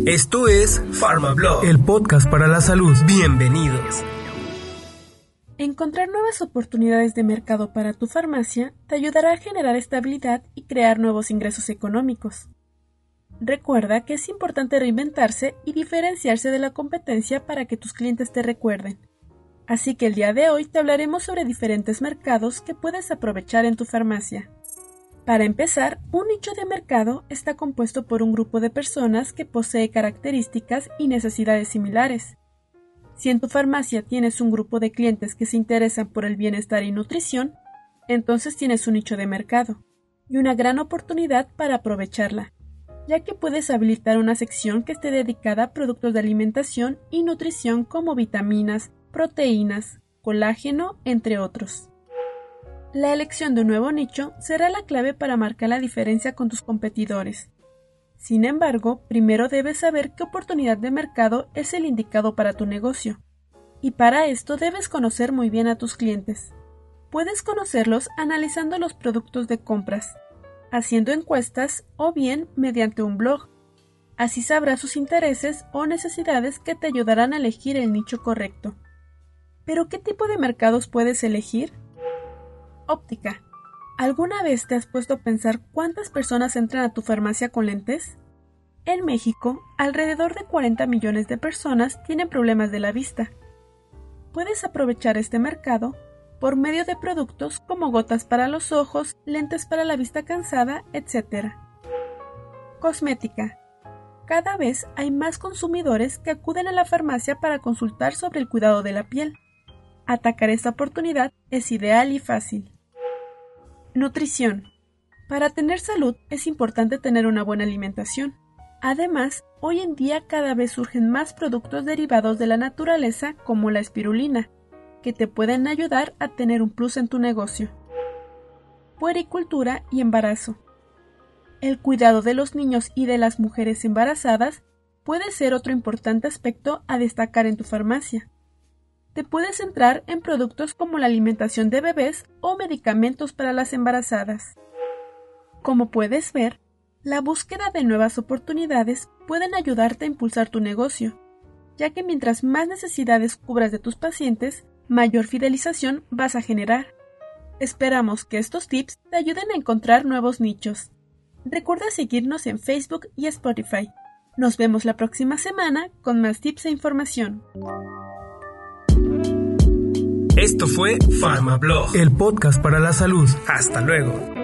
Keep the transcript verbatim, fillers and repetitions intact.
Esto es PharmaBlog, el podcast para la salud. Bienvenidos. Encontrar nuevas oportunidades de mercado para tu farmacia te ayudará a generar estabilidad y crear nuevos ingresos económicos. Recuerda que es importante reinventarse y diferenciarse de la competencia para que tus clientes te recuerden. Así que el día de hoy te hablaremos sobre diferentes mercados que puedes aprovechar en tu farmacia. Para empezar, un nicho de mercado está compuesto por un grupo de personas que posee características y necesidades similares. Si en tu farmacia tienes un grupo de clientes que se interesan por el bienestar y nutrición, entonces tienes un nicho de mercado y una gran oportunidad para aprovecharla, ya que puedes habilitar una sección que esté dedicada a productos de alimentación y nutrición como vitaminas, proteínas, colágeno, entre otros. La elección de un nuevo nicho será la clave para marcar la diferencia con tus competidores. Sin embargo, primero debes saber qué oportunidad de mercado es el indicado para tu negocio, y para esto debes conocer muy bien a tus clientes. Puedes conocerlos analizando los productos de compras, haciendo encuestas o bien mediante un blog. Así sabrás sus intereses o necesidades que te ayudarán a elegir el nicho correcto. ¿Pero qué tipo de mercados puedes elegir? Óptica. ¿Alguna vez te has puesto a pensar cuántas personas entran a tu farmacia con lentes? En México, alrededor de cuarenta millones de personas tienen problemas de la vista. Puedes aprovechar este mercado por medio de productos como gotas para los ojos, lentes para la vista cansada, etcétera. Cosmética. Cada vez hay más consumidores que acuden a la farmacia para consultar sobre el cuidado de la piel. Atacar esta oportunidad es ideal y fácil. Nutrición. Para tener salud es importante tener una buena alimentación. Además, hoy en día cada vez surgen más productos derivados de la naturaleza como la espirulina, que te pueden ayudar a tener un plus en tu negocio. Puericultura y embarazo. El cuidado de los niños y de las mujeres embarazadas puede ser otro importante aspecto a destacar en tu farmacia. Te puedes centrar en productos como la alimentación de bebés o medicamentos para las embarazadas. Como puedes ver, la búsqueda de nuevas oportunidades pueden ayudarte a impulsar tu negocio, ya que mientras más necesidades cubras de tus pacientes, mayor fidelización vas a generar. Esperamos que estos tips te ayuden a encontrar nuevos nichos. Recuerda seguirnos en Facebook y Spotify. Nos vemos la próxima semana con más tips e información. Esto fue PharmaBlog, el podcast para la salud. Hasta luego.